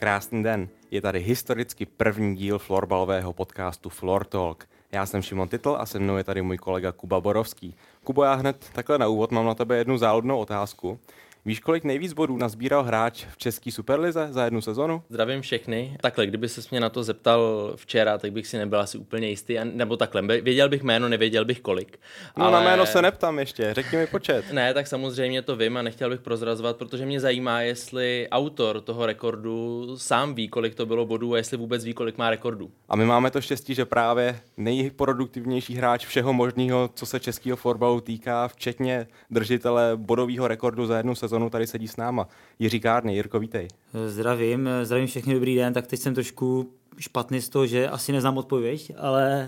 krásný den. Je tady historicky první díl florbalového podcastu Floor Talk. Já jsem Šimon Titl a se mnou je tady můj kolega Kuba Borovský. Kubo, já hned takhle na úvod mám na tebe jednu záludnou otázku. Víš, kolik nejvíc bodů nazbíral hráč v české superlize za jednu sezonu? Zdravím všechny. Takhle, kdyby ses mě na to zeptal včera, tak bych si nebyl asi úplně jistý, nebo takhle, věděl bych jméno, nevěděl bych kolik. No ale... na jméno se neptám ještě, řekni mi počet. Ne, tak samozřejmě to vím a nechtěl bych prozrazovat, protože mě zajímá, jestli autor toho rekordu sám ví, kolik to bylo bodů a jestli vůbec ví, kolik má rekordů. A my máme to štěstí, že právě nejproduktivnější hráč všeho možného, co se českého florbalu týká, včetně držitele bodového rekordu za jednu sezonu, tady sedí s náma. Jiří Kárný. Jirko, vítej. Zdravím všechny, dobrý den. Tak teď jsem trošku špatný z toho, že asi neznám odpověď, ale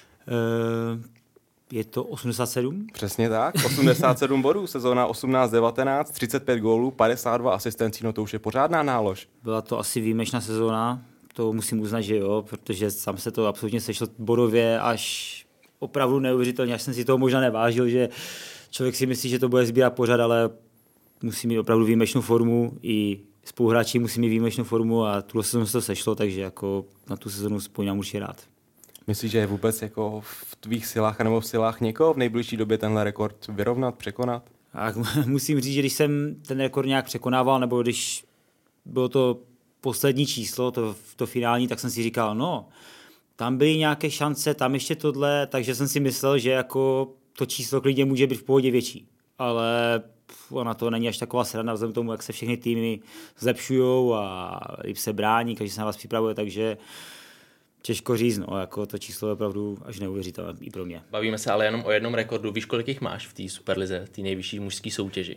je to 87? Přesně tak, 87 bodů, sezóna 18-19, 35 gólů, 52 asistencí, no to už je pořádná nálož. Byla to asi výjimečná sezóna, to musím uznat, že jo, protože sám se to absolutně sešlo bodově až opravdu neuvěřitelně, až jsem si toho možná nevážil, že člověk si myslí, že to bude sbírat pořád, ale musí mít opravdu výjimečnou formu, i spoluhráči musí mít výjimečnou formu a tuhle sezónu se to sešlo, takže jako na tu sezónu spojím určitě rád. Myslíš, že je vůbec jako v tvých silách nebo v silách někoho v nejbližší době tenhle rekord vyrovnat, překonat? A musím říct, že když jsem ten rekord nějak překonával, nebo když bylo to poslední číslo, to finální, tak jsem si říkal, no, tam byly nějaké šance, tam ještě tohle, takže jsem si myslel, že jako to číslo klidně může být v pohodě větší. Ale ona to není až taková sranda vzhledem tomu, jak se všechny týmy zlepšujou a líp se brání, každý se na vás připravuje, takže těžko říct, no, jako to číslo je opravdu až neuvěřitelné i pro mě. Bavíme se ale jenom o jednom rekordu. Víš, kolik jich máš v té superlize, té nejvyšší mužské soutěži?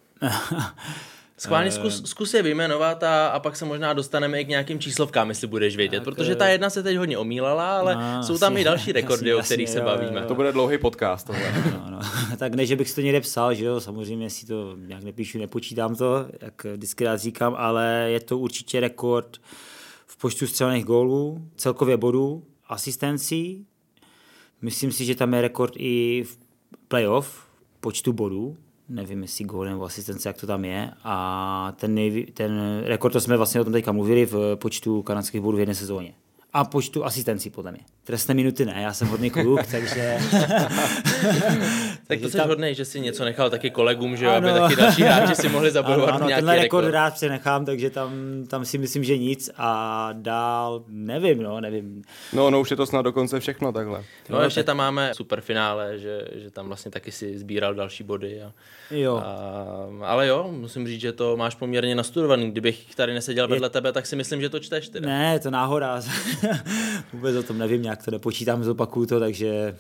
Schválně zkus je vyjmenovat a pak se možná dostaneme i k nějakým číslovkám, jestli budeš vědět, tak, protože ta jedna se teď hodně omílala, ale jsou tam i další rekordy, o kterých se bavíme. To bude dlouhý podcast tohle. No. Tak ne, že bych si to někde psal, že jo, samozřejmě si to nějak nepíšu, nepočítám to, jak vždycky rád říkám, ale je to určitě rekord v počtu střelených gólů, celkově bodů, asistencí. Myslím si, že tam je rekord i v playoff, počtu bodů. Nevím, jestli gól nebo asistence, jak to tam je. A ten rekord, to jsme vlastně o tom teďka mluvili, v počtu kanadských bodů v jedné sezóně. A počtu asistencí, podle mě. Trestné minuty ne, já jsem hodný kluk, takže... Tak to jsi hodnej, že si něco nechal taky kolegům, že aby taky další hráči si mohli zabojovat nějaký rekord. Tenhle rekord rád přenechám, takže tam si myslím, že nic a dál nevím. No už je to snad dokonce všechno takhle. No ještě tam máme superfinále, že tam vlastně taky si sbíral další body. Ale jo, musím říct, že to máš poměrně nastudovaný. Kdybych tady neseděl vedle tebe, tak si myslím, že to čteš teda. Ne, je to náhoda. Vůbec o tom nevím, nějak to nepočítám, zopakuju to, takže...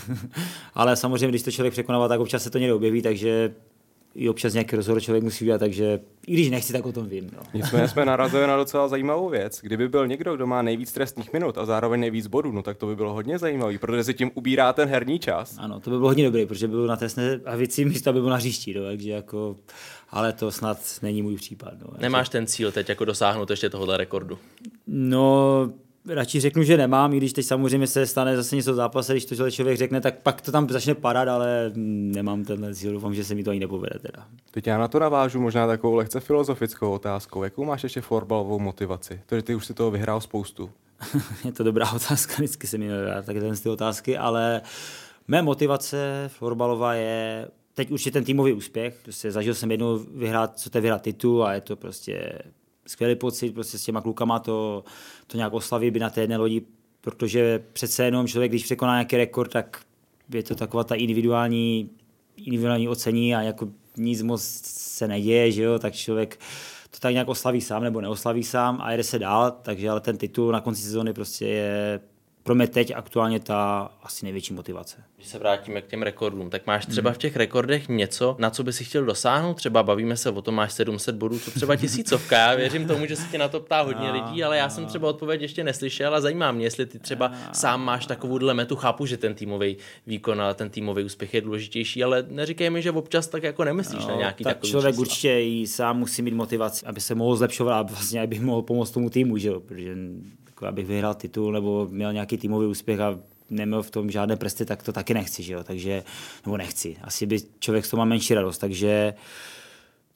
Ale samozřejmě, když to člověk překonává, tak občas se to někde objeví, takže i občas nějaký rozhovor člověk musí udělat, takže i když nechci, tak o tom vím. No. Nicméně jsme narazili na docela zajímavou věc. Kdyby byl někdo, kdo má nejvíc trestných minut a zároveň nejvíc bodů, no tak to by bylo hodně zajímavý, protože si tím ubírá ten herní čas. Ano, to by bylo hodně dobré, protože by byl na trestné lavici místo, aby byl na hřišti, no, takže jako... Ale to snad není můj případ. No, nemáš ten cíl teď jako dosáhnout ještě tohohle rekordu? No... Radši řeknu, že nemám, i když teď samozřejmě se stane zase něco v zápase, když to člověk řekne, tak pak to tam začne padat, ale nemám tenhle cíl, doufám, že se mi to ani nepovede teda. Teď já na to navážu možná takovou lehce filozofickou otázkou. Jakou máš ještě florbalovou motivaci? Protože ty už si toho vyhrál spoustu. Je to dobrá otázka, vždycky se mi nedá tak ty otázky, ale mé motivace florbalová je teď určitě ten týmový úspěch. Prostě zažil jsem jednou vyhrát titul a je to prostě skvělý pocit, prostě s těma klukama to nějak oslaví by na té jedné lodi, protože přece jenom člověk, když překoná nějaký rekord, tak je to taková ta individuální ocení a jako nic moc se neděje, že jo, tak člověk to tak nějak oslaví sám nebo neoslaví sám a jede se dál, takže ale ten titul na konci sezóny prostě je pro mě teď aktuálně ta asi největší motivace. Když se vrátíme k těm rekordům, tak máš třeba v těch rekordech něco, na co by si chtěl dosáhnout? Třeba bavíme se o tom, máš 700 bodů, to třeba 1000. Já věřím tomu, že se tě na to ptá hodně lidí, ale já jsem třeba odpověď ještě neslyšel a zajímá mě, jestli ty třeba sám máš takovouhle metu. Chápu, že ten týmový výkon a ten týmový úspěch je důležitější, ale neříkej mi, že občas tak jako nemyslíš na nějaký tak takový člověk čísla. Určitě i sám musí mít motivaci, aby se mohl zlepšovat a vlastně aby mohl pomoct tomu týmu, že jo, protože abych vyhrál titul nebo měl nějaký týmový úspěch a neměl v tom žádné prsty, tak to taky nechci, že jo, takže, nebo nechci. Asi by člověk z toho má menší radost, takže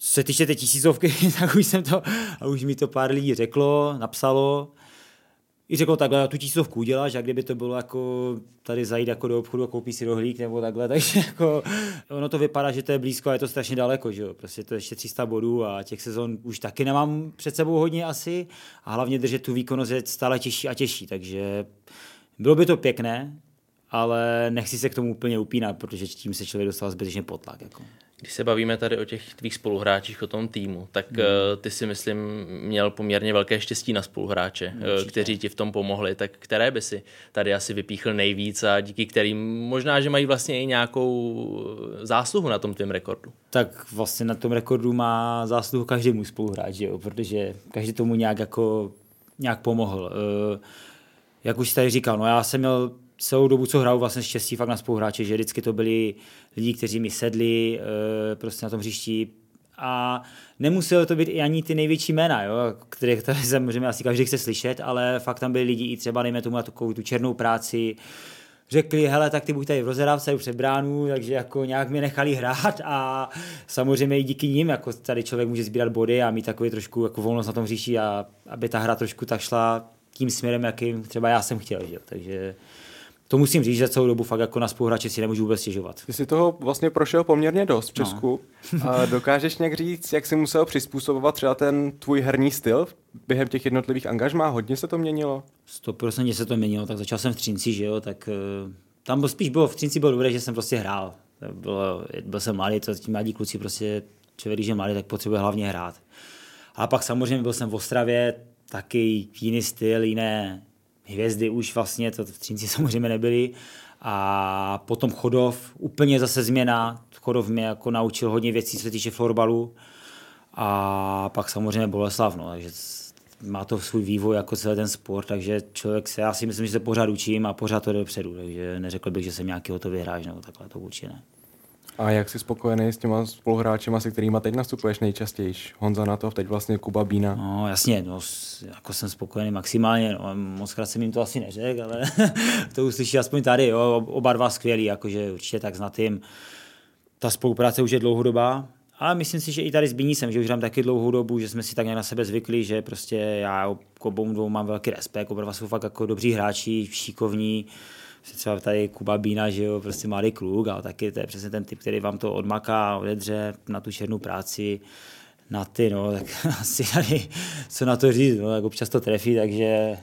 Co se týče té tisícovky, tak už mi to pár lidí řeklo, napsalo. I řekl takhle, tu tisícovku uděláš, a kdyby to bylo jako tady zajít jako do obchodu a koupit si rohlík nebo takhle, takže jako ono to vypadá, že to je blízko a je to strašně daleko, že jo, prostě to je ještě 300 bodů a těch sezon už taky nemám před sebou hodně asi a hlavně držet tu výkonnost je stále těžší a těžší, takže bylo by to pěkné, ale nechci se k tomu úplně upínat, protože tím se člověk dostal zbytečně pod tlak. Jako. Když se bavíme tady o těch tvých spoluhráčích, o tom týmu, tak ty si myslím měl poměrně velké štěstí na spoluhráče, kteří ti v tom pomohli, tak které by si tady asi vypíchl nejvíc a díky kterým možná, že mají vlastně i nějakou zásluhu na tom tvém rekordu? Tak vlastně na tom rekordu má zásluhu každý můj spoluhráč, jo? Protože každý tomu nějak pomohl. Jak už tady říkal, no já jsem měl celou dobu, co hraju, vlastně štěstí fakt na spoluhráče, že vždycky to byli lidi, kteří mi sedli prostě na tom hřišti a nemuselo to být i ani ty největší jména, jo, které samozřejmě asi každý chce slyšet, ale fakt tam byli lidi i třeba, dejme tomu na takovou tu černou práci, řekli, hele, tak ty buď tady v rozhrávce, před bránu, takže jako nějak mě nechali hrát a samozřejmě i díky nim, jako tady člověk může sbírat body a mít takový trošku jako volnost na tom hřišti a aby ta hra trošku tak šla tím směrem, jakým třeba já jsem chtěl, že? Takže to musím říct, že celou dobu fakt jako na spoluhráče si nemůžu vůbec stěžovat. Ty si toho vlastně prošel poměrně dost v Česku. No. A dokážeš nějak říct, jak jsi musel přizpůsobovat třeba ten tvůj herní styl během těch jednotlivých angažmá? Hodně se to měnilo? 100% se to měnilo, tak začal jsem v Třinci, že jo, tak tam spíš bylo, v Třinci bylo dobré, že jsem prostě hrál. Byl jsem mladý, to ti mladí kluci prostě, člověk, když je mladý, tak potřebuje hlavně hrát. A pak samozřejmě byl jsem v Ostravě, taky jiný styl, jiné hvězdy už vlastně, to v Třinci samozřejmě nebyly. A potom Chodov, úplně zase změna. Chodov mě jako naučil hodně věcí, co se týče florbalu. A pak samozřejmě Boleslav, no, takže má to svůj vývoj jako celý ten sport, takže já si myslím, že se pořád učím a pořád to jde dopředu, takže neřekl bych, že jsem nějaký hotový hráč, nebo takhle, to určitě ne. A jak jsi spokojený s těma spoluhráčema, se kterýma teď nastupuješ nejčastěji? Honza Natov, teď vlastně Kuba Bína. No jasně, no, jako jsem spokojený maximálně, no, mockrát jsem jim to asi neřekl, ale to uslyší aspoň tady, jo, oba dva skvělí, jakože určitě tak znatým. Ta spolupráce už je dlouhodobá, ale myslím si, že i tady s Bínisem, že už hrám taky dlouhou dobu, že jsme si tak nějak na sebe zvykli, že prostě já k obou dvou mám velký respekt, oba dva jsou fakt jako dobří hráči, šikovní. Třeba tady Kuba Bína, že jo, prostě mladý kluk, ale taky to je přesně ten typ, který vám to odmaká, odedře na tu černou práci, na ty, no, tak asi tady, co na to říct, no, tak občas to trefí, takže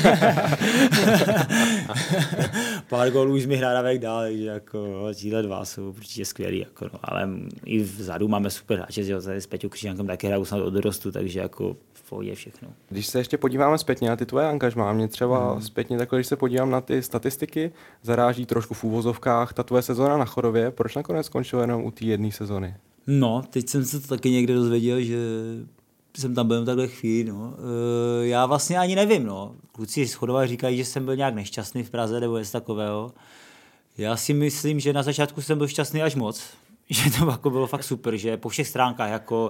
pár gólů už mi hrávek dál, takže jako tíhle dva jsou určitě skvělí, jako, no, ale i vzadu máme super hráče, že jo, tady s Peťou Křižánkem taky hraju snad od dorostu, takže jako v pohodě všechno. Když se ještě podíváme zpětně na ty tvoje angažmá, mě třeba zpětně takhle, když se podívám na ty statistiky, zaráží trošku v úvozovkách ta tvoje sezona na Chodově, proč nakonec skončilo jenom u té jedné sezony? No, teď jsem se to taky někde dozvěděl, že jsem tam byl takhle chvíli, no. Já vlastně ani nevím, no. Kluci z Chodova říkají, že jsem byl nějak nešťastný v Praze nebo něco takového. Já si myslím, že na začátku jsem byl šťastný až moc, že to jako bylo fakt super, že po všech stránkách, jako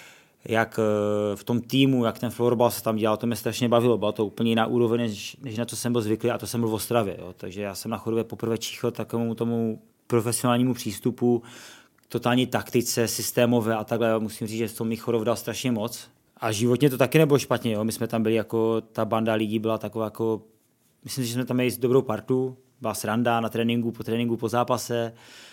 jak v tom týmu, jak ten florbal se tam dělal, to mě strašně bavilo, bylo to úplně jiná úroveň, než na co jsem byl zvyklý a to jsem byl v Ostravě, jo. Takže já jsem na Chodově poprvé číchl takovému tomu profesionálnímu přístupu, totální taktice, systémové a takhle. Musím říct, že v tom mi Chodov dal strašně moc. A životně to taky nebylo špatně. Jo. My jsme tam byli jako, ta banda lidí byla taková jako, myslím si, že jsme tam měli dobrou partu, byla sranda na tréninku, po zápase.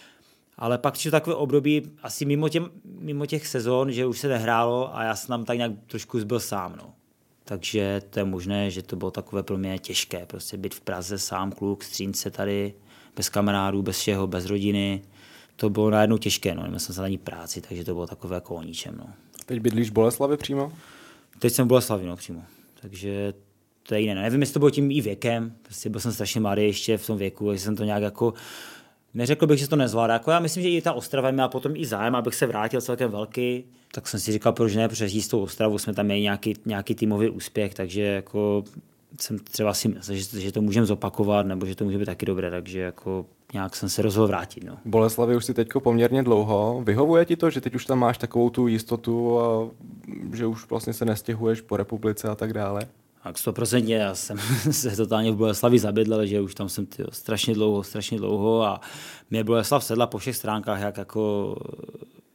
Ale pak přišlo takové období, asi mimo těch sezon, že už se nehrálo a já jsem tam tak nějak trošku zbyl sám. No. Takže to je možné, že to bylo takové pro mě těžké. Prostě být v Praze sám, kluk, Střínce tady, bez kamarádů, bez všeho, bez rodiny. To bylo najednou těžké, no, neměl jsem se ani práci, takže to bylo takové jako o ničem. No. Teď bydlíš v Boleslavi přímo? Teď jsem v Boleslavi, no, přímo. Takže to je jiné. Nevím, jestli to bylo tím i věkem, prostě byl jsem strašně mladý ještě v tom věku, že jsem to nějak jako, neřekl bych, že to nezvládá. Jako já myslím, že i ta Ostrava měla potom i zájem, abych se vrátil celkem velký. Tak jsem si říkal, proč ne, protože s tou Ostravou jsme tam měli nějaký týmový úspěch, takže jako jsem třeba si myslel, že to můžeme zopakovat, nebo že to může být taky dobré, takže jako nějak jsem se rozhodl vrátit. No. Boleslavě už si teďko poměrně dlouho. Vyhovuje ti to, že teď už tam máš takovou tu jistotu a že už vlastně se nestěhuješ po republice a tak dále? Tak 100%, já jsem se totálně v Boleslavi zabydlel, že už tam jsem strašně dlouho a mě Boleslav sedla po všech stránkách, jak jako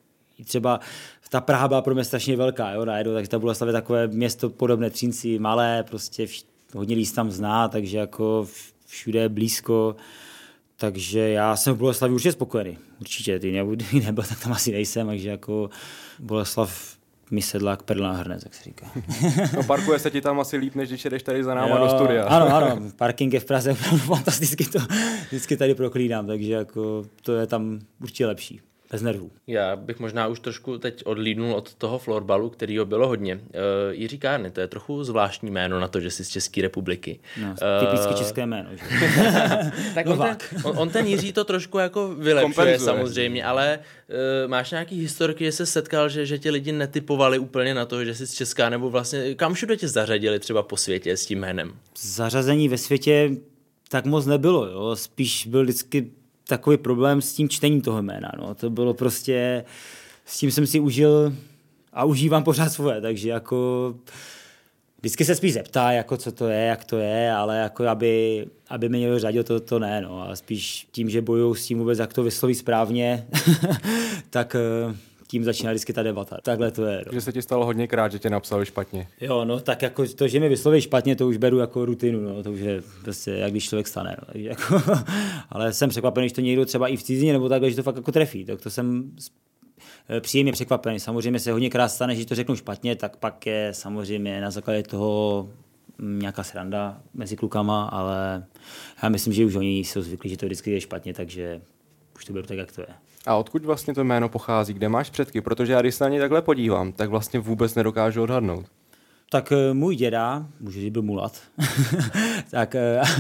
třeba ta Praha byla pro mě strašně velká, jo, najednou, takže ta Boleslav je takové město podobné Třinci, malé, prostě hodně lidí tam zná, takže jako všude je blízko, takže já jsem v Boleslavi určitě spokojený, určitě, ty nebyl, tak tam asi nejsem, takže jako Boleslav mi sedla jak perla na hrnec, jak se říká. No, parkuje se ti tam asi líp, než když jedeš tady za náma do studia. Ano, parking je v Praze fantasticky, to vždycky tady proklínám, takže jako to je tam určitě lepší. Bez nervů. Já bych možná už trošku teď odlídnul od toho florbalu, kterýho bylo hodně. Jiří Kárny, to je trochu zvláštní jméno na to, že jsi z České republiky. No, typicky české jméno. Že? Tak on ten Jiří to trošku jako vylepšuje samozřejmě, ale máš nějaký historky, že se setkal, že tě lidi netypovali úplně na to, že jsi z Česká, nebo vlastně kam všude tě zařadili třeba po světě s tím jménem? Zařazení ve světě tak moc nebylo, jo. Spíš byl vždycky takový problém s tím čtením toho jména. No. To bylo prostě, s tím jsem si užil a užívám pořád svoje, takže jako vždycky se spíš zeptá, jako co to je, jak to je, ale jako aby mě někdo řadil, to ne, no. Ale spíš tím, že bojují s tím vůbec, jak to vysloví správně, tak tím začíná vždycky ta debata. Takhle to je. No. Že se ti stalo hodněkrát, že tě napsali špatně. Jo, no tak jako to, že mi vysloví špatně, to už beru jako rutinu, no, to už je prostě, jak když člověk stane. No. Takže jako, ale jsem překvapený, že to někdo třeba i v cizině, nebo takhle, že to fakt jako trefí. Tak to jsem příjemně překvapený. Samozřejmě se hodněkrát stane, že to řeknu špatně, tak pak je samozřejmě na základě toho nějaká sranda mezi klukama, ale já myslím, že už oni jsou zvyklí, že to vždycky je špatně, takže už to beru tak, jak to je. A odkud vlastně to jméno pochází? Kde máš předky? Protože já když se na ně takhle podívám, tak vlastně vůbec nedokážu odhadnout. Tak můj děda, může říct, byl mulat, tak,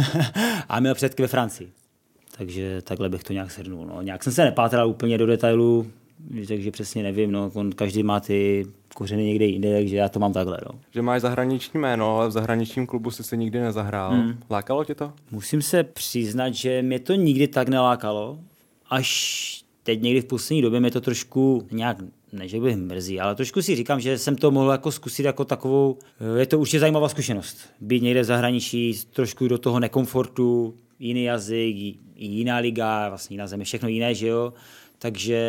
a měl předky ve Francii. Takže takhle bych to nějak shrnul. No. Nějak jsem se nepátral úplně do detailu, takže přesně nevím. No. Každý má ty kořeny někde jinde, takže já to mám takhle. No. Že máš zahraniční jméno, ale v zahraničním klubu jsi se nikdy nezahrál. Lákalo tě to? Musím se přiznat, že mě to nikdy tak nelákalo, až teď někdy v poslední době mě to trošku nějak, ne že bych mrzí, ale trošku si říkám, že jsem to mohl jako zkusit jako takovou, je to určitě zajímavá zkušenost. Být někde v zahraničí, trošku do toho nekomfortu, jiný jazyk, jiná liga, vlastně jiná země, všechno jiné, že jo. Takže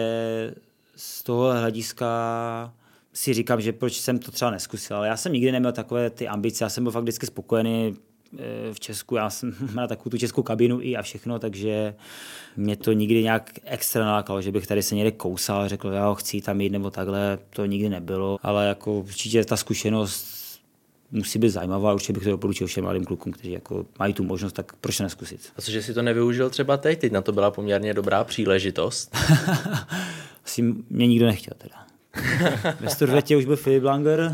z toho hlediska si říkám, že proč jsem to třeba neskusil, ale já jsem nikdy neměl takové ty ambice, já jsem byl fakt vždycky spokojený v Česku, já jsem měl takovou tu českou kabinu i a všechno, takže mě to nikdy nějak extra nalákalo, že bych tady se někde kousal a řekl, já chci tam jít nebo takhle, to nikdy nebylo, ale jako určitě ta zkušenost musí být zajímavá, určitě bych to doporučil všem mladým klukům, kteří jako mají tu možnost, tak proč neskusit. A cože si to nevyužil třeba teď na to byla poměrně dobrá příležitost? Asi mě nikdo nechtěl teda. Ve Storvetě už byl Filip Langer,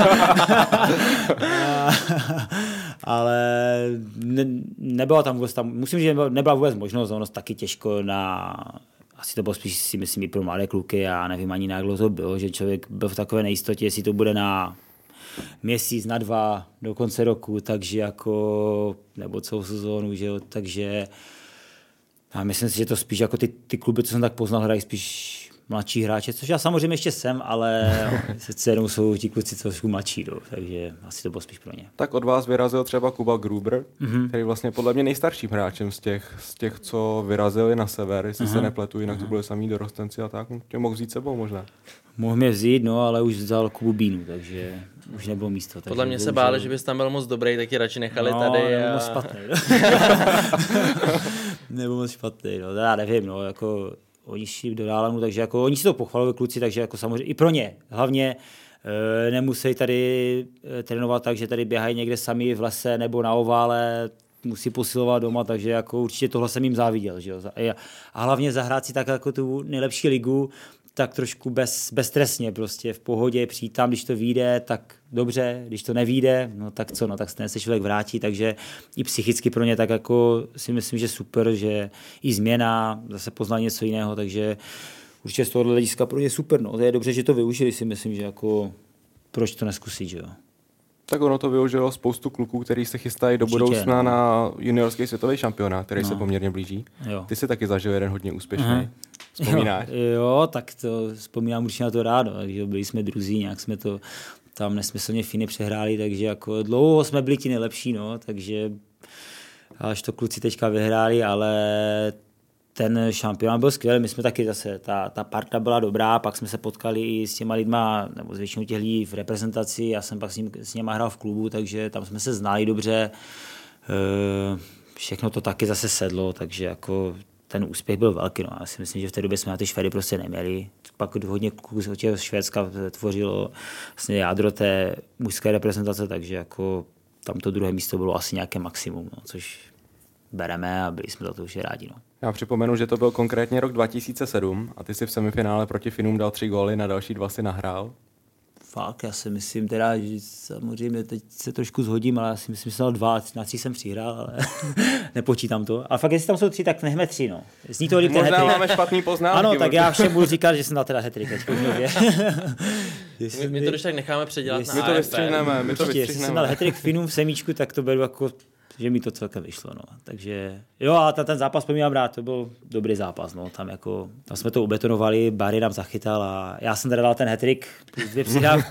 ale nebyla tam vůbec, musím říct, že nebyla vůbec možnost, ono taky těžko asi to bylo spíš si myslím i pro mladé kluky, já nevím ani jak dlouho to bylo, že člověk byl v takové nejistotě, jestli to bude na měsíc, na 2 do konce roku, takže jako, nebo celou sezónu, že jo, takže já myslím si, že to spíš jako ty kluby, co jsem tak poznal, hrají spíš mladší hráče, což já samozřejmě ještě jsem, ale přece jenom jsou ti kluci trošku mladší, takže asi to bylo spíš pro ně. Tak od vás vyrazil třeba Kuba Gruber, který vlastně podle mě nejstarším hráčem z těch, co vyrazili na sever, jestli se nepletu, jinak to byli samý dorostenci a tak, tě mohl vzít sebou možná. Mohl mě vzít, no, ale už vzal Kubu Bínu, takže už nebylo místo. Podle mě se báli, že bys tam byl moc dobrý, tak ti radši nechali tady. Nebo moc špatný. Nebo moc špatný, no, já nevím, no, jako oni šli do Dálanu, takže jako oni si to pochvalovali kluci, takže jako samozřejmě i pro ně. Hlavně nemusí tady trénovat tak, že tady běhají někde sami v lese nebo na ovále, musí posilovat doma, takže jako určitě tohle jsem jim záviděl. Že jo? A hlavně zahrát si tak jako tu nejlepší ligu, tak trošku bezstresně, prostě v pohodě přijít tam, když to vyjde, tak dobře, když to nevyjde, no tak co, no tak se člověk vrátí, takže i psychicky pro ně tak jako si myslím, že super, že i změna, zase poznat něco jiného, takže určitě z tohohle hlediska pro ně super, no, to je dobře, že to využili, si myslím, že jako proč to neskusit, že jo. Tak ono to využilo spoustu kluků, kteří se chystají do budoucna na juniorský světový šampionát, který se poměrně blíží. Jo. Ty jsi taky zažil jeden hodně úspěšný. Vzpomínáš? Jo, tak to vzpomínám určitě na to rádo, takže byli jsme druzí, nějak jsme to tam nesmyslně Finy přehráli, takže jako dlouho jsme byli ti nejlepší, no, takže až to kluci teďka vyhráli, ale ten šampionát byl skvělý, my jsme taky zase, ta parta byla dobrá, pak jsme se potkali i s těma lidma, nebo s většinou těch lidí v reprezentaci, já jsem pak s nimi hrál v klubu, takže tam jsme se znali dobře, všechno to taky zase sedlo, takže jako ten úspěch byl velký. No. Já si myslím, že v té době jsme na ty Švedy prostě neměli. Pak hodně kluků z Švédska tvořilo vlastně jádro té mužské reprezentace, takže jako tam to druhé místo bylo asi nějaké maximum, no, což bereme a byli jsme za to už rádi. No. Já připomenu, že to byl konkrétně rok 2007 a ty si v semifinále proti Finům dal 3 góly, na další 2 si nahrál. Fakt, já si myslím teda, že samozřejmě teď se trošku zhodím, ale já si myslím, že jsem dal 2, na 3 jsem přihrál, ale nepočítám to. Ale fakt, jestli tam jsou 3, tak nechme 3, no. Zní to líp ten Možná hat-trick. máme špatný poznámky. Ano, tak já všem budu říkat, že jsem dal teda hat-trick teď. My to když tak necháme předělat na My to vystřihneme, Jestli jsem dal hat-trick Finům v semíčku, tak to beru jako, že mi to celkem vyšlo, no. Takže jo, a ten zápas pomínám rád, to byl dobrý zápas, no. Tam jsme to ubetonovali, Barry nám zachytal a já jsem teda dal ten hat-trick, 2 přidávky.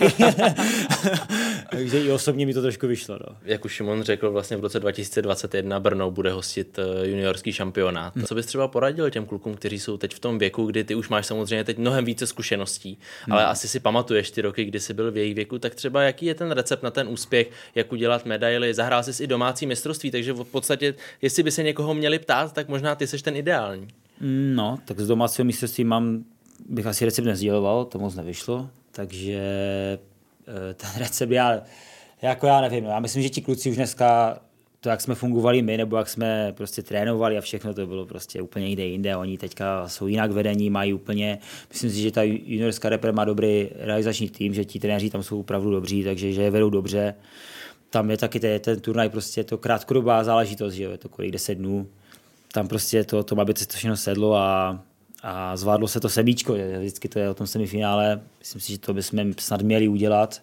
Takže i osobně mi to trošku vyšlo, no. Jak už Šimon řekl, vlastně v roce 2021 Brno bude hostit juniorský šampionát. Co bys třeba poradil těm klukům, kteří jsou teď v tom věku, kdy ty už máš samozřejmě teď mnohem více zkušeností, ale asi si pamatuješ ty roky, kdy jsi byl v jejich věku, tak třeba jaký je ten recept na ten úspěch, jak udělat medaily, zahrál jsi i domácí mistrovství, takže v podstatě, jestli by se někoho měli ptát, tak možná ty seš ten ideální. No, tak z domácího mistrovství bych asi recept nesděloval, to moc nevyšlo, takže ten recept já nevím, no, já myslím, že ti kluci už dneska, to jak jsme fungovali my, nebo jak jsme prostě trénovali a všechno, to bylo prostě úplně jinde, oni teďka jsou jinak vedení, mají úplně, myslím si, že ta juniorská repre má dobrý realizační tým, že ti trenéři tam jsou opravdu dobří, takže že je vedou dobře. Tam je taky ten turnaj, prostě to krátkodobá záležitost, že jo, je to kolik 10 dnů. Tam prostě to má být to všechno sedlo a zvládlo se to semíčko, vždycky to je o tom semifinále, myslím si, že to bychom snad měli udělat.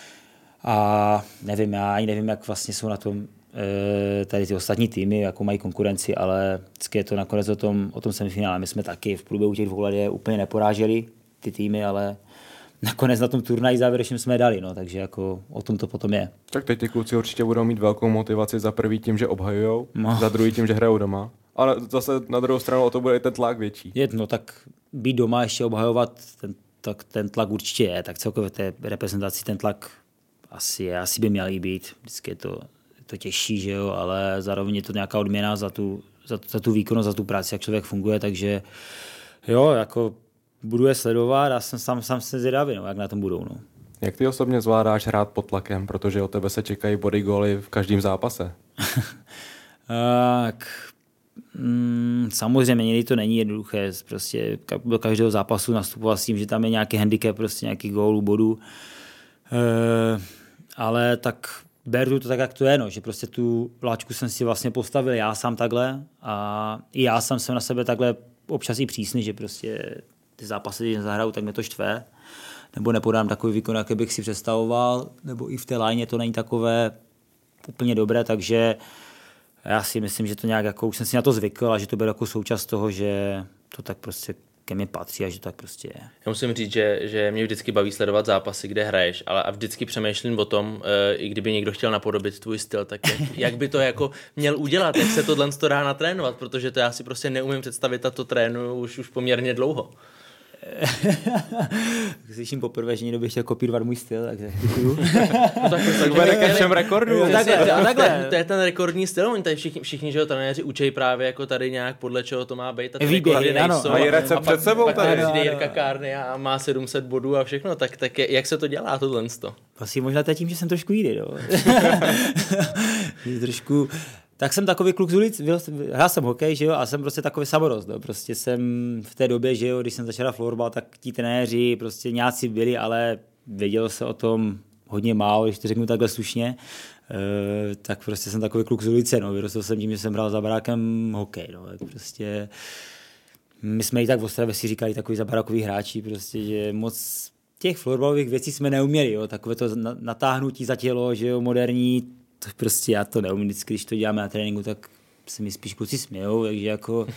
A nevím, já ani nevím, jak vlastně jsou na tom tady ty ostatní týmy, jakou mají konkurenci, ale vždycky je to nakonec o tom semifinále. My jsme taky v průběhu těch 2 let úplně neporáželi ty týmy, ale nakonec na tom turnaji závěrečným jsme dali, no, takže jako o tom to potom je. Tak teď ty kluci určitě budou mít velkou motivaci za prvý tím, že obhajujou, No. za druhý tím, že hrajou doma. Ale zase na druhou stranu o to bude i ten tlak větší. No tak být doma ještě obhajovat, ten tlak určitě je, tak celkově té reprezentaci ten tlak asi by měl i být. Vždycky je to těžší, že jo, ale zároveň je to nějaká odměna za tu výkonnost, za tu práci, jak člověk funguje, takže jo, jako budu je sledovat a jsem sám se zvědavý, no, jak na tom budou. No. Jak ty osobně zvládáš hrát pod tlakem, protože od tebe se čekají body góly v každém zápase? Samozřejmě někdy to není jednoduché, prostě do každého zápasu nastupovat s tím, že tam je nějaký handicap, prostě nějaký gólů, bodů, ale tak beru to tak, jak to je, no, že prostě tu láčku jsem si vlastně postavil já sám takhle a i já jsem na sebe takhle občas i přísný, že prostě ty zápasy, když zahraju, tak mě to štve, nebo nepodám takový výkon, jaký bych si představoval, nebo i v té lajně to není takové úplně dobré, takže já si myslím, že to nějak jako, už jsem si na to zvykl a že to bude jako součást toho, že to tak prostě ke mně patří a že tak prostě je. Já musím říct, že mě vždycky baví sledovat zápasy, kde hraješ, ale a vždycky přemýšlím o tom, i kdyby někdo chtěl napodobit tvůj styl, tak jak by to jako měl udělat, jak se tohle dá natrénovat, protože to já si prostě neumím představit a to trénuju už poměrně dlouho. Slyším poprvé, že někdo by chtěl kopírovat můj styl, takže děkuju. No tak bude ke všem rekordům. To je ten rekordní styl, oni tady všichni že jo, trenéři učí právě jako tady nějak podle čeho to má být a ty rekordy nejsou. Mají recept před sebou tady. Pak přijde Jirka Kárny a má 700 bodů a všechno, tak jak se to dělá tohle? Asi možná to je tím, že jsem trošku jiný, no. Trošku... Tak jsem takový kluk z ulic, hrál jsem hokej, že jo, a jsem prostě takový samorost, no. Prostě jsem v té době, že jo, když jsem začal florbal, tak ti trenéři prostě nějací byli, ale vědělo se o tom hodně málo, když to řeknu takhle slušně, tak prostě jsem takový kluk z ulice, no. Vyrostl jsem tím, že jsem hrál za barákem hokej, no. Tak prostě my jsme i tak v Ostravě si říkali takový zabarákový hráči, prostě, že moc těch florbalových věcí jsme neuměli, jo, takové to natáhnutí za tělo, že jo, moderní. To prostě já to neumím, vždycky, když to děláme na tréninku, tak se mi spíš kluci smějou, takže jako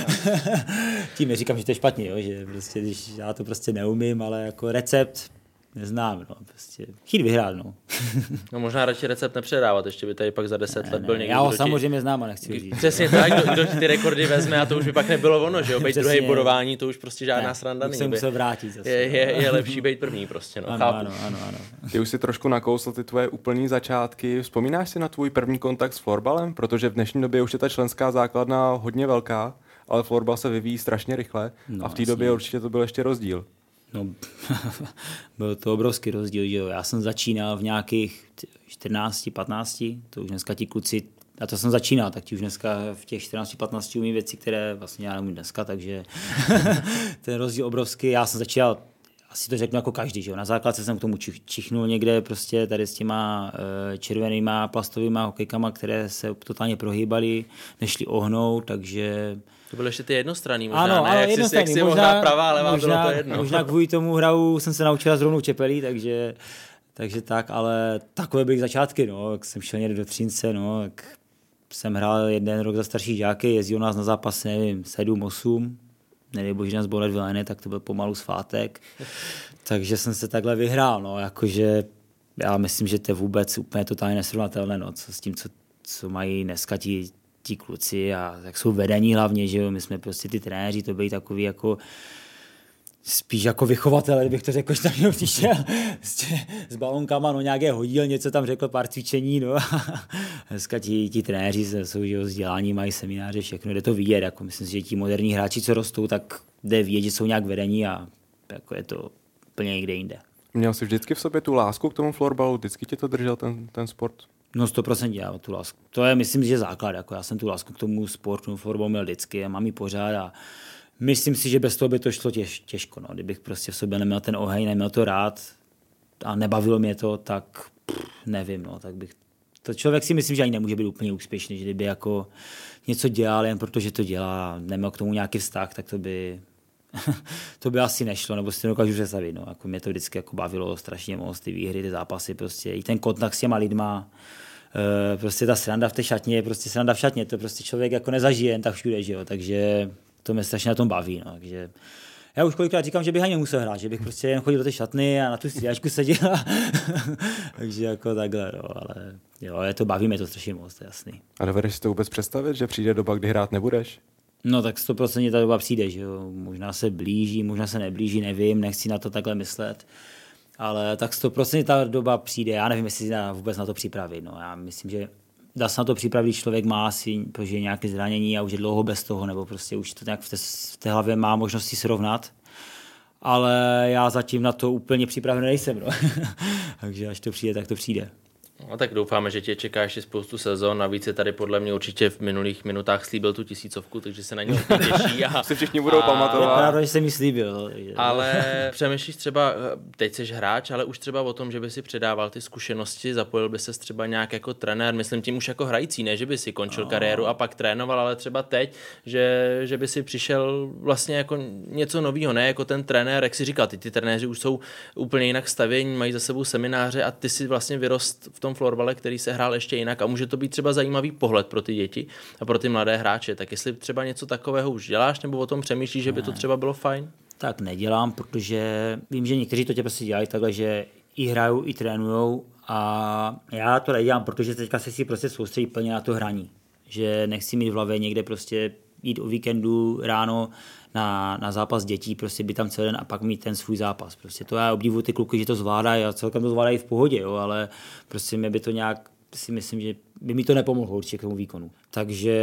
tím neříkám, že to je špatně, jo? Že prostě, když já to prostě neumím, ale jako recept neznám, no, prostě chtít vyhrát, no. No možná radši recept nepředávat, ještě by tady pak za 10 let byl někdo. Já ho samozřejmě znám a nechci říct. Přesně tak, kdo ti ty rekordy vezme a to už by pak nebylo ono, že jo, být druhý bodování, to už prostě žádná sranda není. Se musel vrátit zase. Je lepší být první prostě, no, chápu. Ano. Ty už si trošku nakousl ty tvoje úplný začátky. Vzpomínáš si na tvůj první kontakt s florbalem? Protože v dnešní době už je ta členská základna hodně velká, ale florbal se vyvíjí strašně rychle a v té době určitě to byl ještě rozdíl. No, byl to obrovský rozdíl, že jo. Já jsem začínal v nějakých 14, 15, to už dneska ti kluci, a to jsem začínal, tak ti už dneska v těch 14, 15 umí věci, které vlastně já nemůžu dneska, takže ten rozdíl obrovský. Já jsem začínal, asi to řeknu jako každý, že jo. Na základce jsem k tomu čichnul někde prostě tady s těma červenýma plastovýma hokejkama, které se totálně prohýbaly, nešli ohnout, takže... To byly ještě ty jednostranný možná, ano, ne? Jak si možná pravá, levá, možná, bylo to jedno. Možná kvůli tomu hraju jsem se naučila zrovnou čepelí, takže tak, ale takové byly začátky, no, jak jsem šel někde do Třince, no, jak jsem hrál jeden rok za starší žáky, jezdil nás na zápas, nevím, 7, 8, nedej bože nás bolet vylejne, tak to byl pomalu svátek, takže jsem se takhle vyhrál, no, jakože já myslím, že to je vůbec úplně totálně nesrovnatelné, no, co s tím, co mají dneska ti kluci a jak jsou vedení hlavně, že jo, my jsme prostě ty trenéři, to byli takový jako spíš jako vychovatele, kdybych to řekl, že tam jenom přišel s balonkama, no nějaké hodil, něco tam řekl, pár cvičení, no a dneska ti trenéři jsou, že jo, vzdělání, mají semináře, všechno, jde to vidět, jako myslím si, že ti moderní hráči, co rostou, tak jde vidět, že jsou nějak vedení a jako je to úplně někde jinde. Měl jsi vždycky v sobě tu lásku k tomu florbalu, vždycky tě to držel ten sport? No 100% já tu lásku. To je, myslím, že základ. Jako já jsem tu lásku k tomu sportu, florbalu měl vždycky a mám ji pořád a myslím si, že bez toho by to šlo těžko. No. Kdybych prostě v sobě neměl ten oheň, neměl to rád a nebavilo mě to, tak nevím. No, tak bych... To člověk si myslím, že ani nemůže být úplně úspěšný, že kdyby jako něco dělal jen protože to dělá a neměl k tomu nějaký vztah, tak to by asi nešlo, nebo si to dokážu představit. No. Jako mě to vždycky jako bavilo strašně moc, ty výhry, ty zápasy, prostě i ten kontakt s těma lidma, prostě ta sranda v té šatně je prostě sranda v šatně, to prostě člověk jako nezažije jen tak všude, že jo, takže to mě strašně na tom baví, no. Takže já už kolikrát říkám, že bych ani nemusel hrát, že bych prostě jen chodil do té šatny a na tu střídačku seděl, takže jako takhle, no, ale jo, to baví mě to strašně moc, to je jasný. A dovedeš si to vůbec představit, že přijde doba, kdy hrát nebudeš? No tak 100% ta doba přijde, že jo. Možná se blíží, možná se neblíží, nevím, nechci na to takhle myslet. Ale tak 100% ta doba přijde, já nevím, jestli vůbec na to připravit. No. Já myslím, že dá se na to připravit, když člověk má asi nějaké zranění a už je dlouho bez toho, nebo prostě už to nějak v té hlavě má možnosti srovnat. Ale já zatím na to úplně připravený nejsem. No. Takže až to přijde, tak to přijde. No tak doufáme, že tě čeká ještě spoustu sezon. Navíc je tady podle mě určitě v minulých minutách slíbil tu 1000, takže se na něj těší. A si všichni budou pamatovat. Je pravda, že jsem mi slíbil. Ale přemýšlíš třeba, teď jsi hráč, ale už třeba o tom, že by si předával ty zkušenosti, zapojil by ses třeba nějak jako trenér, myslím tím už jako hrající, ne, že by si končil kariéru a pak trénoval, ale třeba teď, že by si přišel vlastně jako něco nového, ne jako ten trenér, jak si říkal, ty trenéři už jsou úplně jinak stavění, mají za sebou semináře a ty si vlastně vyrost v tom florbale, který se hrál ještě jinak a může to být třeba zajímavý pohled pro ty děti a pro ty mladé hráče. Tak jestli třeba něco takového už děláš nebo o tom přemýšlíš, že by to třeba bylo fajn? Tak nedělám, protože vím, že někteří to tě prostě dělají takhle, že i hrajou, i trénujou a já to nedělám, protože teďka se si prostě soustředí plně na to hraní. Že nechci mít v hlavě někde prostě jít o víkendu ráno na zápas dětí, prostě být tam celý den a pak mít ten svůj zápas. Prostě to já obdivuji ty kluky, že to zvládají a celkem to zvládají v pohodě, jo, ale prostě mě by to nějak, si myslím, že by mi to nepomohlo určitě k tomu výkonu. Takže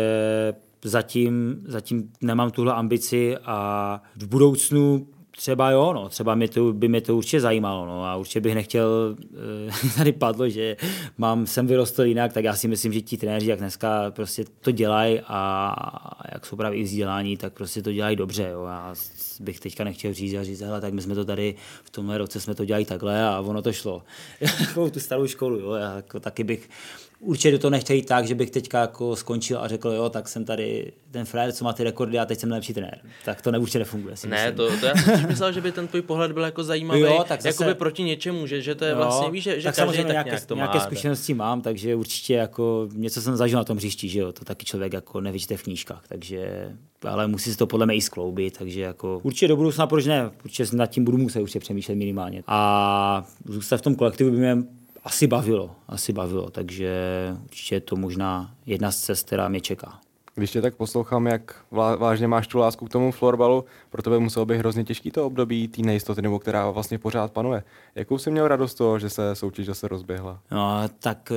zatím nemám tuhle ambici a v budoucnu třeba jo, no, třeba by mě to určitě zajímalo, no, a určitě bych nechtěl, tady padlo, že jsem vyrostl jinak, tak já si myslím, že ti trenéři, jak dneska prostě to dělají a jak jsou právě i vzdělání, tak prostě to dělají dobře, jo, já bych teďka nechtěl říct, hele, tak my jsme to tady v tomhle roce jsme to dělali takhle a ono to šlo. Jako tu starou školu, jo, já jako taky bych určitě do toho nechtějí tak, že bych teďka jako skončil a řekl, jo, tak jsem tady ten frajer, co má ty rekordy a teď jsem nejlepší trenér. Tak to určitě nefunguje. Ne, to já jsem myslel, že by ten tvůj pohled byl jako zajímavý, jo, tak zase, jakoby proti něčemu, že to je vlastně, víš, že tak každý tak nějak to má. Nějaké zkušenosti mám, takže určitě jako něco jsem zažil na tom hřišti, že jo, to taky člověk jako nevyčte v knížkách, takže, ale musí se to podle mě i skloubit, takže jako určitě do budoucna, proč ne, určitě nad tím budu muset určitě přemýšlet minimálně. A zůstat v tom kolektivu by mě asi bavilo, takže určitě je to možná jedna z cest, která mě čeká. Když tě tak poslouchám, jak vážně máš tu lásku k tomu florbalu, pro tebe muselo být hrozně těžký to období té nejistoty, nebo která vlastně pořád panuje. Jakou jsi měl radost toho, že se soutěž zase rozběhla? No, tak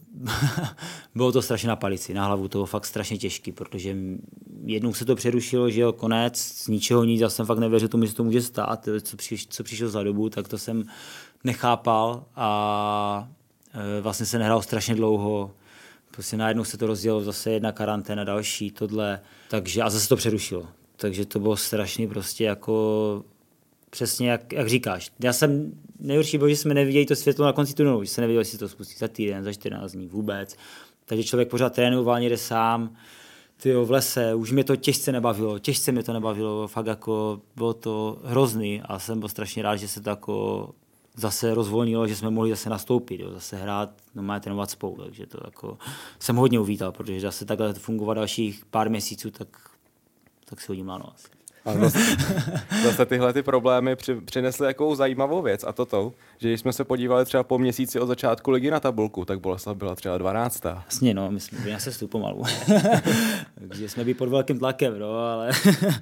bylo to strašně na palici, na hlavu, to bylo fakt strašně těžký, protože jednou se to přerušilo, že jo, konec, z ničeho nic, já jsem fakt nevěřil tomu, že to může stát, co přišlo za dobu, tak to jsem nechápal a vlastně se nehrál strašně dlouho. Prostě najednou se to rozdělilo, zase jedna karanténa, další, tohle, takže a zase to přerušilo. Takže to bylo strašný prostě jako přesně jak říkáš. Já jsem nejhorší byl, že jsme neviděli to světlo na konci tunelu, že se nevěděli, jestli to spustí za týden, za 14 dní, vůbec. Takže člověk pořád trénoval někde sám, tyjo, v lese, už mě to těžce nebavilo, fakt jako bylo to hrozný a jsem byl strašně rád, že se to jako zase rozvolnilo, že jsme mohli zase nastoupit, jo, zase hrát, normálně trénovat spolu, takže to jako jsem hodně uvítal, protože zase takhle fungovat dalších pár měsíců, tak si hodím láno asi. A zase tyhle ty problémy přinesly jakou zajímavou věc a to, že když jsme se podívali třeba po měsíci od začátku ligy na tabulku, tak Boleslav byla třeba 12. Jasně, no, my jsme byli na sestu pomalu. Takže jsme byli pod velkým tlakem, no, ale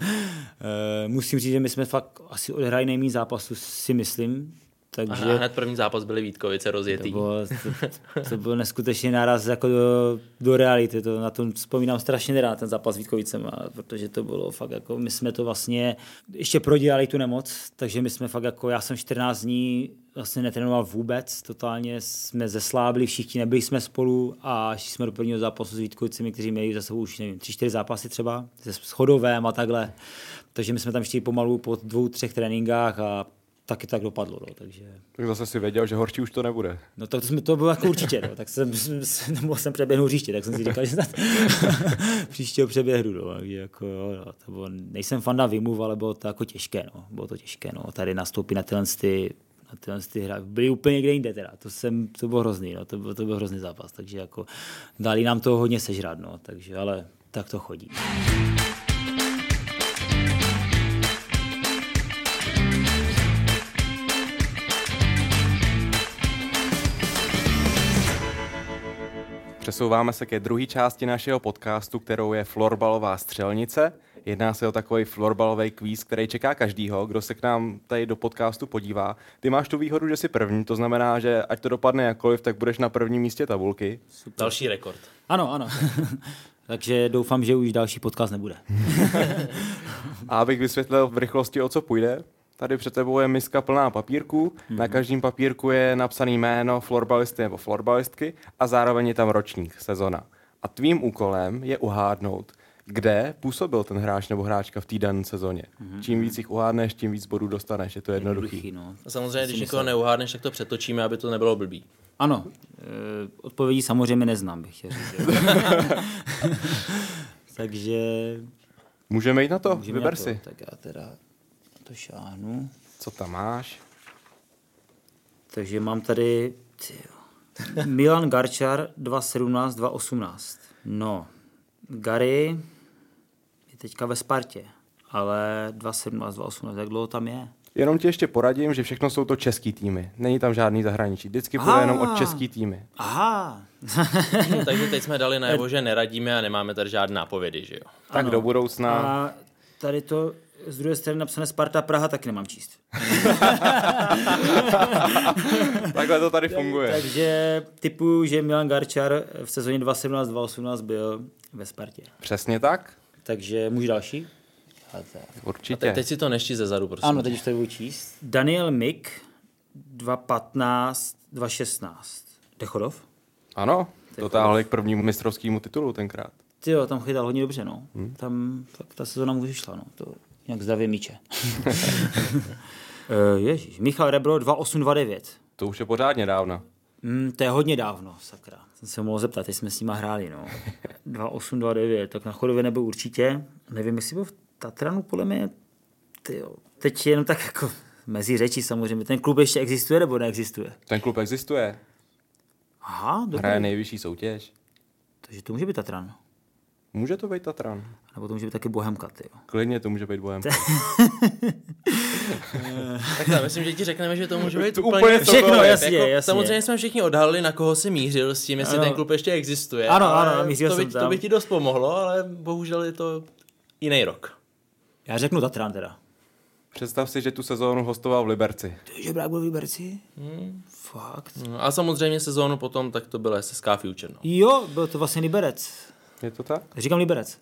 musím říct, že my jsme fakt asi odehráli nejméně zápasů, si myslím. Takže a hned první zápas byly Vítkovice rozjetý. To byl neskutečný náraz jako do reality. Na to vzpomínám strašně nerad, ten zápas s Vítkovicema, protože to bylo fakt jako, my jsme to vlastně ještě prodělali tu nemoc, takže my jsme fakt jako, já jsem 14 dní vlastně netrénoval vůbec, totálně jsme zeslábli, všichni nebyli jsme spolu a šli jsme do prvního zápasu s Vítkovicemi, kteří měli za sebou už nevím, 3-4 zápasy třeba, se schodovém a takhle. Takže my jsme tam šli pomalu po 2-3 tréninkách a taky tak dopadlo, no, takže... Tak zase si věděl, že horší už to nebude. No tak to bylo jako určitě, no, tak nemohl jsem přeběhnout hřiště, tak jsem si říkal, že příštího přeběhnu, no, takže jako, no, to bylo, nejsem fanda Vimův, ale bylo to jako těžké, no, tady nastoupit na tyhle hry, byli úplně někde jinde teda, to bylo hrozný, no, to byl hrozný zápas, takže jako dali nám to hodně sežrat, no, takže, ale tak to chodí. Přesouváme se ke druhé části našeho podcastu, kterou je florbalová střelnice. Jedná se o takový florbalový kvíz, který čeká každýho, kdo se k nám tady do podcastu podívá. Ty máš tu výhodu, že jsi první, to znamená, že ať to dopadne jakkoliv, tak budeš na prvním místě tabulky. Super. Další rekord. Ano. Takže doufám, že už další podcast nebude. A abych vysvětlil v rychlosti, o co půjde. Tady před tebou je miska plná papírků, na každém papírku je napsaný jméno florbalisty nebo florbalistky a zároveň je tam ročník, sezona. A tvým úkolem je uhádnout, kde působil ten hráč nebo hráčka v té dané sezóně. Čím víc jich uhádneš, tím víc bodů dostaneš, je to jednoduchý. No. Samozřejmě, když někoho neuhádneš, tak to přetočíme, aby to nebylo blbý. Ano, odpovědí samozřejmě neznám, bych chtěl říct. Takže... Můžeme jít na to, vyber si. Tak já teda to šáhnu. Co tam máš? Takže mám tady Milan Garčar 2017, 2018. No, Gary je teďka ve Spartě, ale 2017, 2018, jak dlouho tam je? Jenom ti ještě poradím, že všechno jsou to český týmy. Není tam žádný zahraničí. Vždycky půjde jenom od český týmy. Aha. Takže teď jsme dali najevo, že neradíme a nemáme tady žádné nápovědy, že jo? Tak ano. Do budoucna. A tady to z druhé strany napsané Sparta Praha taky nemám číst. Takhle to tady funguje. Takže tipuju, že Milan Garčar v sezóně 2017-2018 byl ve Spartě. Přesně tak. Takže můžu další? Určitě. A teď si to nešti ze zadu, prosím. Ano, teď už to budu číst. Daniel Mik 2015-2016. Dechodov? Ano, dotáhli k prvnímu mistrovskému titulu tenkrát. Tyjo, tam chytal hodně dobře, no. Tam tak ta sezona mu vyšla, no. To nějak zdravě míče. Ježíš, Michal Rebro 2829. To už je pořádně dávno. To je hodně dávno, sakra. Jsem se mohl zeptat, teď jsme s nima hráli, no. 2.8, 2.9, tak na Chodově nebyl určitě. Nevím, jestli byl v Tatranu, podle mě, tyjo. Teď jenom tak jako mezi řečí samozřejmě. Ten klub ještě existuje nebo neexistuje? Ten klub existuje. Aha, dobrý. Hraje nejvyšší soutěž. Takže to může být Tatran. Může to být Tatran. Nebo to může být taky Bohemka, tyjo. Klidně to může být Bohemka. Tak já myslím, že ti řekneme, že to může být To úplně úplně všechno, cokoliv. jasně, jako, jasně. samozřejmě jsme všichni odhalili, na koho si mířil s tím, jestli Ano. ten klub ještě existuje. Ano, ale ano, mířil jsem to tam. by ti dost pomohlo, ale bohužel je to jiný rok. Já řeknu Tatran teda. Představ si, že tu sezónu hostoval v Liberci. Že brák byl v Liberci? Fakt. No, a samozřejmě sezónu potom, tak to byl SSK Future. No. Jo, byl to vlastně Liberec. Je to tak? Říkám Liberec.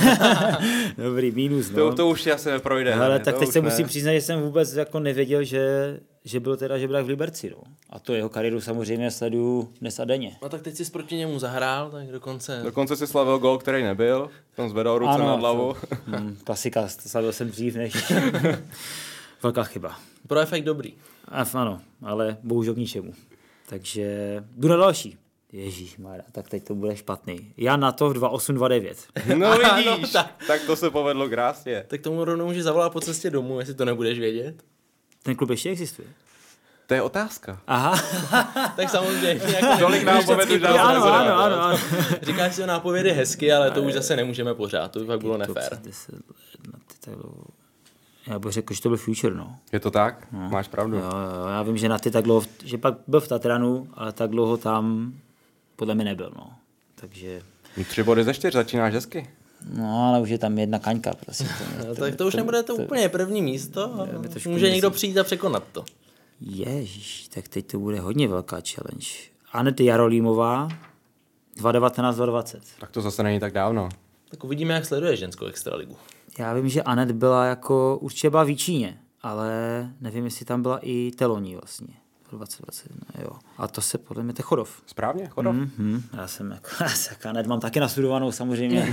Dobrý, mínus, no. To už asi neprojde. Ale ne? tak To teď už se ne. musím přiznat, že jsem vůbec jako nevěděl, že byl teda žebrák v Liberci. No. A to jeho kariéru samozřejmě sleduju dnes a denně. No tak teď jsi proti němu zahrál, tak dokonce... Dokonce si slavil gol, který nebyl. Tam zvedal ruce nad hlavu. Klasika, slavil jsem dřív než... Velká chyba. Pro efekt dobrý. Ano, ale bohužel k ničemu. Takže jdu na další. Ježíšmarja, tak teď to bude špatný. Já na to v 2.8, 2.9. No vidíš, No, tak to se povedlo krásně. Tak tomu rovnou může zavolat po cestě domů, jestli to nebudeš vědět. Ten klub ještě existuje? To je otázka. Aha. Tak samozřejmě. Jako Tolik nápověd už dávno ano, nezvedá. ano. Říkáš si o nápovědy hezky, ale to už zase nemůžeme pořád, to by fakt bylo nefér. 10 let na ty tak dlouho. Já bych řekl, že to byl Future, no. Je to tak? Máš pravdu. Jo, já vím, že na ty tak dlouho, že pak byl v Tatranu, ale tak dlouho tam podle mě nebyl, no. Takže, 3 body ze 4, začínáš hezky. no, ale už je tam jedna kaňka, prostě. No, tak to už nebude to úplně první místo, a trošku může někdo přijít a překonat to. Ježíš, tak teď to bude hodně velká challenge. Anety Jarolímová, 2.19, 2.20. Tak to zase není tak dávno. Tak uvidíme, jak sleduješ ženskou extraligu. Já vím, že Anet byla jako, určitě byla v Jíčíně, ale nevím, jestli tam byla i Teloní vlastně. 2021, jo. A to se podle mě to Chodov. Správně, Chodov. Já jsem jako, Anet mám taky nastudovanou samozřejmě.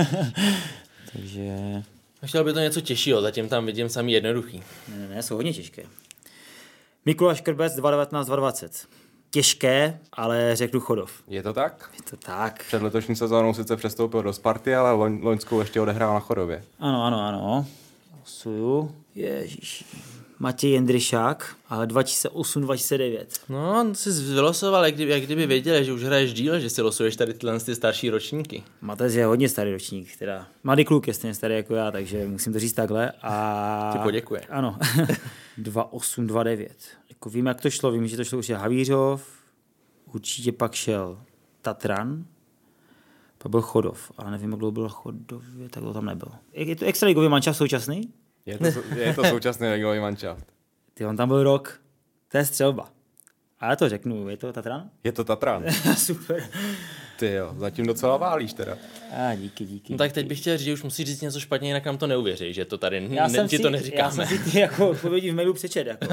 Takže, Chtěl by to něco těžšího, zatím tam vidím samý jednoduchý. ne, jsou hodně těžké. Mikuláš Krbec, 2.19, 2.20. Těžké, ale řeknu Chodov. Je to tak? Je to tak. Před letošní sezónou sice přestoupil do Sparty, ale loňskou ještě odehrál na Chodově. Ano. Losuju. Ježíš. Matěj Jendryšák, ale 2008-2009. No, jsi vylosoval, jak kdyby věděl, že už hraješ díl, že si losuješ tady tyhle ty starší ročníky. Matez je hodně starý ročník, teda mladý kluk je stejně starý jako já, takže musím to říct takhle. A... Ti poděkuje. Ano. 2.8-2.9. Jako vím, jak to šlo, vím, že to šlo už je Havířov, určitě pak šel Tatran, pak byl Chodov, ale nevím, jak dlouho byl Chodově, tak to tam nebyl. Je to extraligový mančaft současný? Je to současný ligový manšaft. Ty, on tam byl rok, to je střelba. A já to řeknu, je to Tatran? Je to Tatran. Super. Ty jo, zatím docela válíš teda. Díky. No tak teď bych chtěl říct, že už musí říct něco špatně, jinak nám to neuvěří, že to tady ti to Já neříkáme. jsem si ty jako odpovědi v mailu přečet. Jako.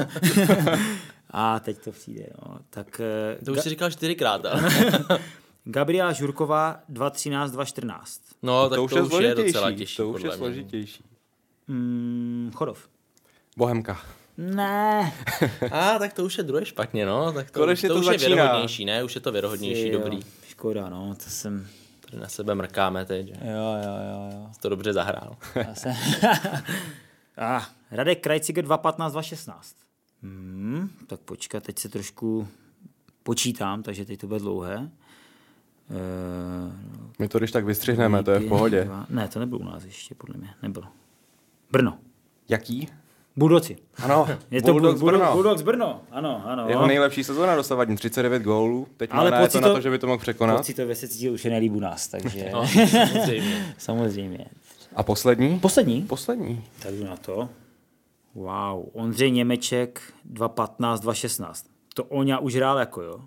A teď to přijde. No. Tak, To už si říkal 4krát, ale... Gabriela Žurková 2.13, 2.14. No, tak to už je docela těžší, To už je podle mě. složitější. Chodov. Bohemka. Ne. Tak to už je druhé špatně, no. Tak to Konečně to už začíná. je věrohodnější, ne? Už je to věrohodnější, Jo, dobrý. Škoda, no, to jsem... Tady na sebe mrkáme teď, že Jo. to dobře zahrál. Radek Krajciger 2.15, 2.16. Tak počkat, teď se trošku počítám, takže teď to bude dlouhé. My to když tak vystřihneme, to je v pohodě. Ne, to nebylo u nás ještě, podle mě. Nebylo. Brno. Jaký? Bulldoci. Ano, Je to Bulldogs Brno. Bulldogs Brno. Ano. Jeho nejlepší sezóna dosavadní, 39 gólů. Teď má na to na to, že by to mohl překonat. Pocitově se cítil už je nejlíp u nás, takže No, samozřejmě. samozřejmě. A poslední? Poslední. Tak jdu na to. Wow. Ondřej Němeček 2.15, 2.16. To Oňa už hrál jako, jo?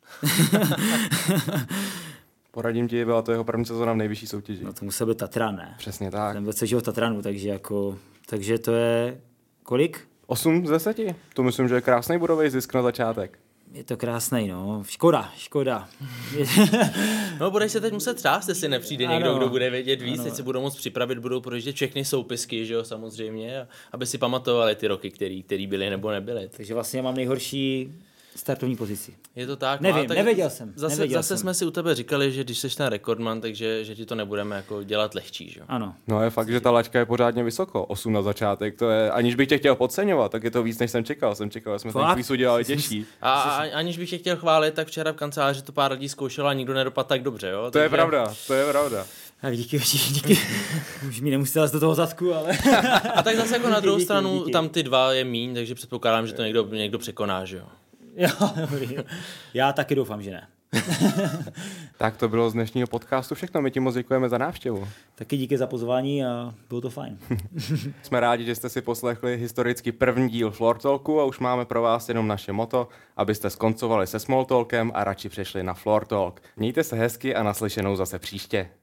Poradím ti, byla to jeho první sezóna v nejvyšší soutěži. No to musel být Tatran, ne? Přesně tak. Ten byl celý život v Tatranu, takže to je kolik? 8 z 10. To myslím, že je krásný bodový zisk na začátek. Je to krásný, no. Škoda. No, budeš se teď muset třást, jestli nepřijde Ano. někdo, kdo bude vědět víc, teď se budou moct připravit, budou projíždět všechny soupisky, že jo, samozřejmě, aby si pamatovali ty roky, který byly nebo nebyly. Takže vlastně mám nejhorší startovní pozici. Je to tak? Nevím, tak nevěděl jsem. Zase jsme si u tebe říkali, že když jsi ten rekordman, takže že ti to nebudeme jako dělat lehčí, že? Ano. No je fakt, že ta laťka je pořádně vysoko. 8 na začátek, to je, aniž bych tě chtěl podceňovat, tak je to víc, než jsem čekal. Jsem čekal, že jsme ten kvíz udělali těžší. A aniž bych tě chtěl chválit, tak včera v kanceláři to pár lidí zkoušelo a nikdo nedopadl tak dobře, jo? To je pravda, to je pravda. Tak díky. Už mi nemusela do toho zadku, ale... A tak zase jako na druhou stranu, tam ty dva je míň, takže předpokládám, že to někdo překoná, že jo? Jo, dobrý. Já taky doufám, že ne. Tak to bylo z dnešního podcastu všechno. My ti moc děkujeme za návštěvu. Taky díky za pozvání a bylo to fajn. Jsme rádi, že jste si poslechli historicky první díl Floor Talku a už máme pro vás jenom naše moto, abyste skoncovali se small talkem a radši přešli na Floor Talk. Mějte se hezky a naslyšenou zase příště.